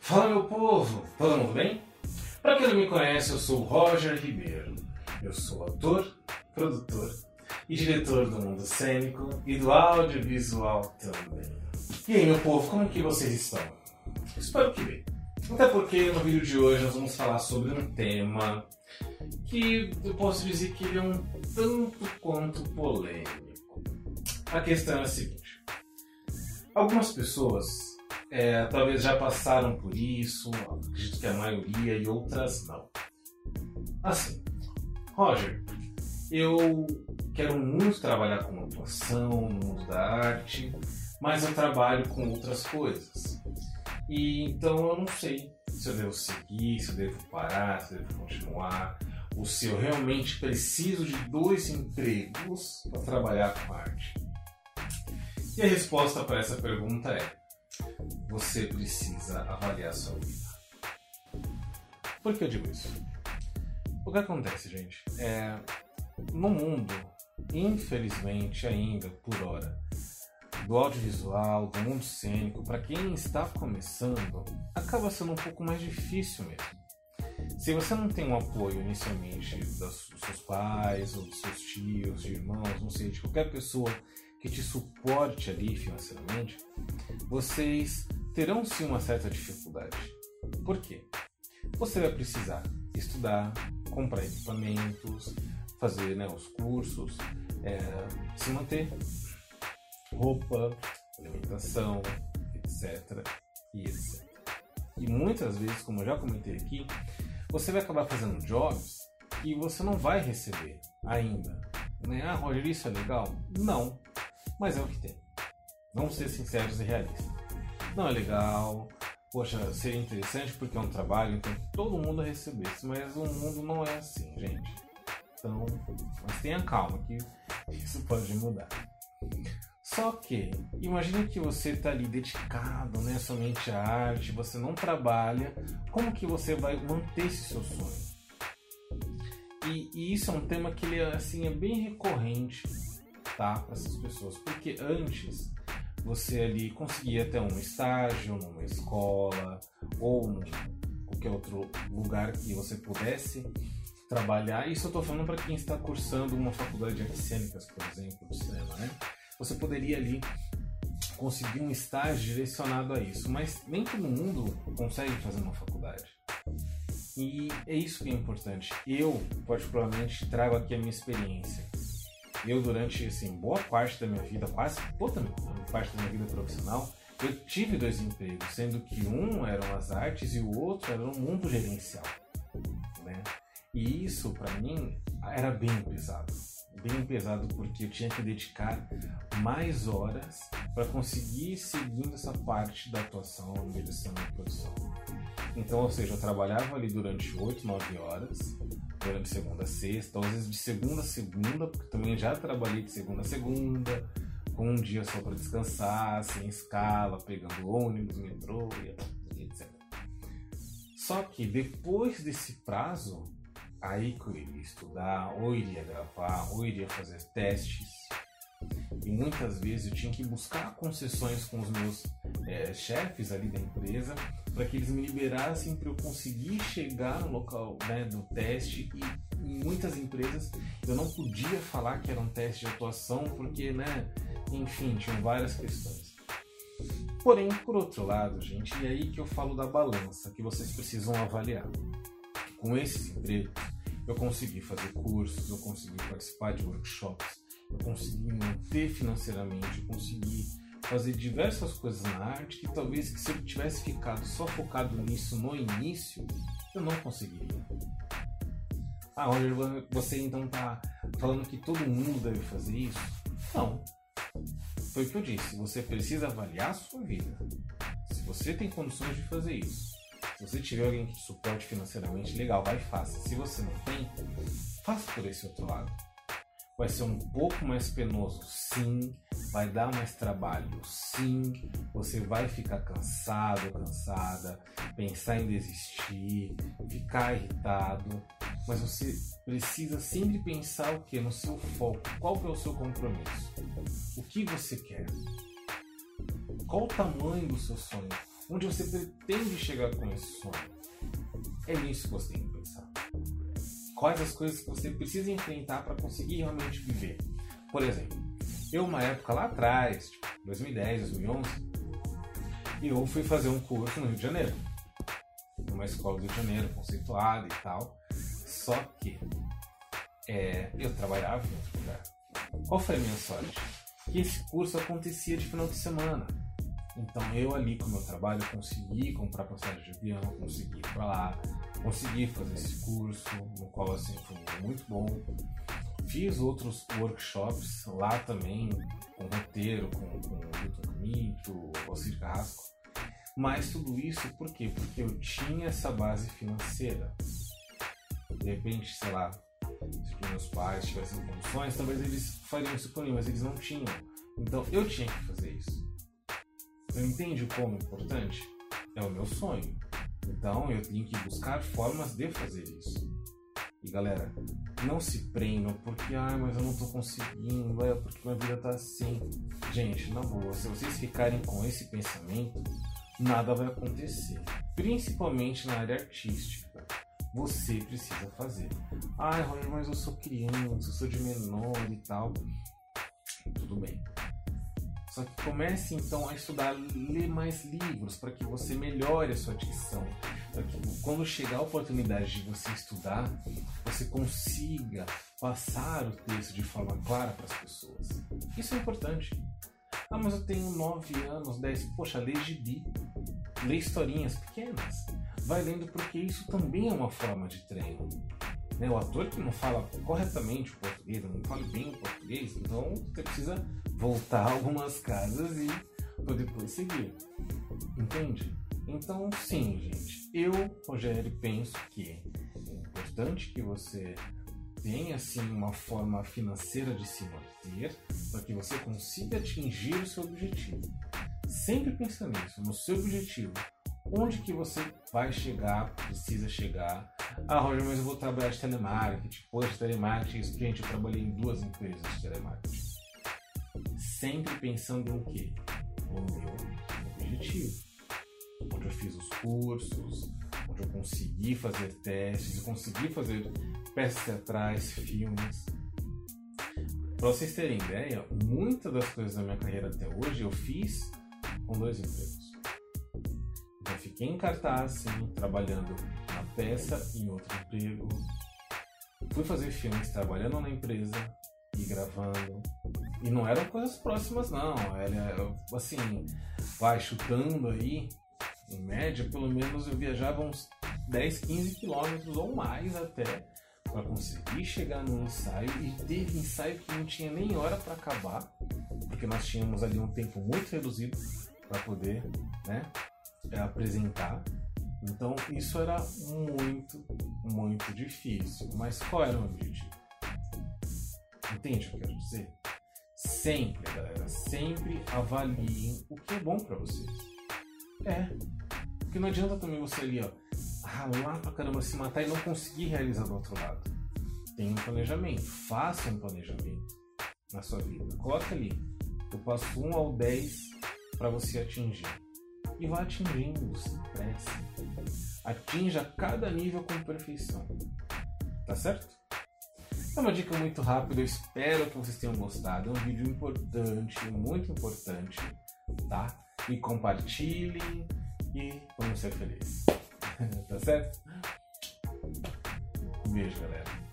Fala, meu povo, todo mundo bem? Para quem não me conhece, eu sou o Roger Ribeiro. Eu sou ator, produtor e diretor do mundo cênico e do audiovisual também. E aí, meu povo, como que vocês estão? Espero que bem. Até porque no vídeo de hoje nós vamos falar sobre um tema que eu posso dizer que ele é um tanto quanto polêmico. A questão é a seguinte: algumas pessoas talvez já passaram por isso, acredito que a maioria, e outras não. Assim, Roger, eu quero muito trabalhar com atuação no mundo da arte, mas eu trabalho com outras coisas. E então eu não sei se eu devo seguir, se eu devo parar, se eu devo continuar, ou se eu realmente preciso de 2 empregos para trabalhar com arte. E a resposta para essa pergunta é: você precisa avaliar a sua vida. Por que eu digo isso? O que acontece, gente, no mundo, infelizmente ainda, por hora, do audiovisual, do mundo cênico, para quem está começando, acaba sendo um pouco mais difícil mesmo. Se você não tem um apoio inicialmente dos seus pais, ou dos seus tios, de irmãos, não sei, de qualquer pessoa que te suporte ali financeiramente, vocês terão sim uma certa dificuldade. Por quê? Você vai precisar estudar, comprar equipamentos, fazer os cursos, se manter, roupa, alimentação, etc. e etc. E muitas vezes, como eu já comentei aqui, você vai acabar fazendo jobs que você não vai receber ainda. Ah, Roger, isso é legal? Não, mas é o que tem. Vamos ser sinceros e realistas. Não é legal, poxa, seria interessante porque é um trabalho, então todo mundo recebesse, mas o mundo não é assim, gente. Então, mas tenha calma que isso pode mudar. Só que, imagine que você está ali dedicado, somente à arte, você não trabalha, como que você vai manter esse seu sonho? E isso é um tema que ele é bem recorrente, tá, para essas pessoas, porque antes você ali conseguia ter um estágio numa escola ou em qualquer outro lugar que você pudesse trabalhar. Isso eu estou falando para quem está cursando uma faculdade de artes cênicas, por exemplo, do cinema, Você poderia ali conseguir um estágio direcionado a isso, mas nem todo mundo consegue fazer uma faculdade. E é isso que é importante. Eu, particularmente, trago aqui a minha experiência. Eu, durante boa parte da minha vida, quase toda a parte da minha vida profissional, eu tive 2 empregos, sendo que um eram as artes e o outro era o mundo gerencial. E isso, para mim, era bem pesado. Bem pesado porque eu tinha que dedicar mais horas para conseguir ir seguindo essa parte da atuação, direção e produção. Então, ou seja, eu trabalhava ali durante 8, 9 horas, durante segunda a sexta, ou às vezes de segunda a segunda, porque também já trabalhei de segunda a segunda, com um dia só para descansar, sem escala, pegando ônibus, metrô e etc. Só que depois desse prazo, aí que eu iria estudar, ou iria gravar, ou iria fazer testes. E muitas vezes eu tinha que buscar concessões com os meus chefes ali da empresa para que eles me liberassem para eu conseguir chegar no local do teste. E em muitas empresas eu não podia falar que era um teste de atuação porque, enfim, tinham várias questões. Porém, por outro lado, gente, é aí que eu falo da balança que vocês precisam avaliar. Com esses empregos, eu consegui fazer cursos, eu consegui participar de workshops, eu consegui me manter financeiramente, eu consegui fazer diversas coisas na arte que talvez se eu tivesse ficado só focado nisso no início, eu não conseguiria. Ah, Roger, você então tá falando que todo mundo deve fazer isso? Não. Foi o que eu disse, você precisa avaliar a sua vida. Se você tem condições de fazer isso, se você tiver alguém que te suporte financeiramente, legal, vai e faça. Se você não tem, faça por esse outro lado. Vai ser um pouco mais penoso, sim. Vai dar mais trabalho, sim. Você vai ficar cansado, cansada, pensar em desistir, ficar irritado. Mas você precisa sempre pensar o que? No seu foco. Qual que é o seu compromisso? O que você quer? Qual o tamanho do seu sonho? onde você pretende chegar com esse sonho. É nisso que você tem que pensar. Quais as coisas que você precisa enfrentar para conseguir realmente viver. Por exemplo, eu uma época lá atrás, 2010, 2011, eu fui fazer um curso no Rio de Janeiro. Numa escola do Rio de Janeiro, conceituada e tal. Só que eu trabalhava em outro lugar. Qual foi a minha sorte? Que esse curso acontecia de final de semana. Então eu ali com o meu trabalho consegui comprar passagem de avião, consegui ir para lá, consegui fazer esse curso, no qual assim foi muito bom. Fiz outros workshops lá também, com roteiro, com o Milton Camito, o Alcir Carrasco. Mas tudo isso por quê? Porque eu tinha essa base financeira. De repente, sei lá, se meus pais tivessem condições, talvez eles fariam isso por mim, mas eles não tinham. Então eu tinha que fazer isso. Você entende como é importante? É o meu sonho. Então eu tenho que buscar formas de fazer isso. E galera, não se prendam porque mas eu não tô conseguindo, porque minha vida tá assim. Gente, na boa, se vocês ficarem com esse pensamento, nada vai acontecer. Principalmente na área artística. Você precisa fazer. Roger, mas eu sou criança, eu sou de menor e tal. Tudo bem. Só que comece então a estudar, ler mais livros para que você melhore a sua dicção. Para que quando chegar a oportunidade de você estudar, você consiga passar o texto de forma clara para as pessoas. Isso é importante. Mas eu tenho 9 anos, 10. Poxa, lê gibi. Lê historinhas pequenas. Vai lendo porque isso também é uma forma de treino. O ator que não fala corretamente o português, não fala bem o português, então você precisa voltar algumas casas e depois seguir. Entende? Então, sim, gente. Eu, Rogério, penso que é importante que você tenha, assim, uma forma financeira de se manter para que você consiga atingir o seu objetivo. Sempre pensa nisso, no seu objetivo. Onde que você vai chegar, precisa chegar. Roger, mas eu vou trabalhar de telemarketing. Poxa, telemarketing, gente, eu trabalhei em 2 empresas de telemarketing. Sempre pensando no quê? No meu objetivo. Onde eu fiz os cursos, onde eu consegui fazer testes, eu consegui fazer peças teatrais, filmes. Para vocês terem ideia, muitas das coisas da minha carreira até hoje eu fiz com 2 empregos. Eu fiquei em cartaz, sim, trabalhando na peça e em outro emprego. Fui fazer filmes trabalhando na empresa e gravando. E não eram coisas próximas, não. Era assim, chutando aí, em média, pelo menos eu viajava uns 10, 15 quilômetros ou mais até para conseguir chegar no ensaio. E teve ensaio que não tinha nem hora para acabar, porque nós tínhamos ali um tempo muito reduzido para poder, apresentar. Então isso era muito, muito difícil. Mas qual era o meu objetivo? Entende o que eu quero dizer? Sempre, galera, sempre avaliem o que é bom pra vocês. Porque não adianta também você ali, ralar pra caramba, se matar e não conseguir realizar do outro lado. Tem um planejamento, faça um planejamento na sua vida. Coloque ali, eu passo 1 ao 10 para você atingir. E vá atingindo, sem pressa. Atinja cada nível com perfeição. Tá certo? É uma dica muito rápida, eu espero que vocês tenham gostado. É um vídeo importante, muito importante, tá? E compartilhem e vamos ser felizes. Tá certo? Um beijo, galera.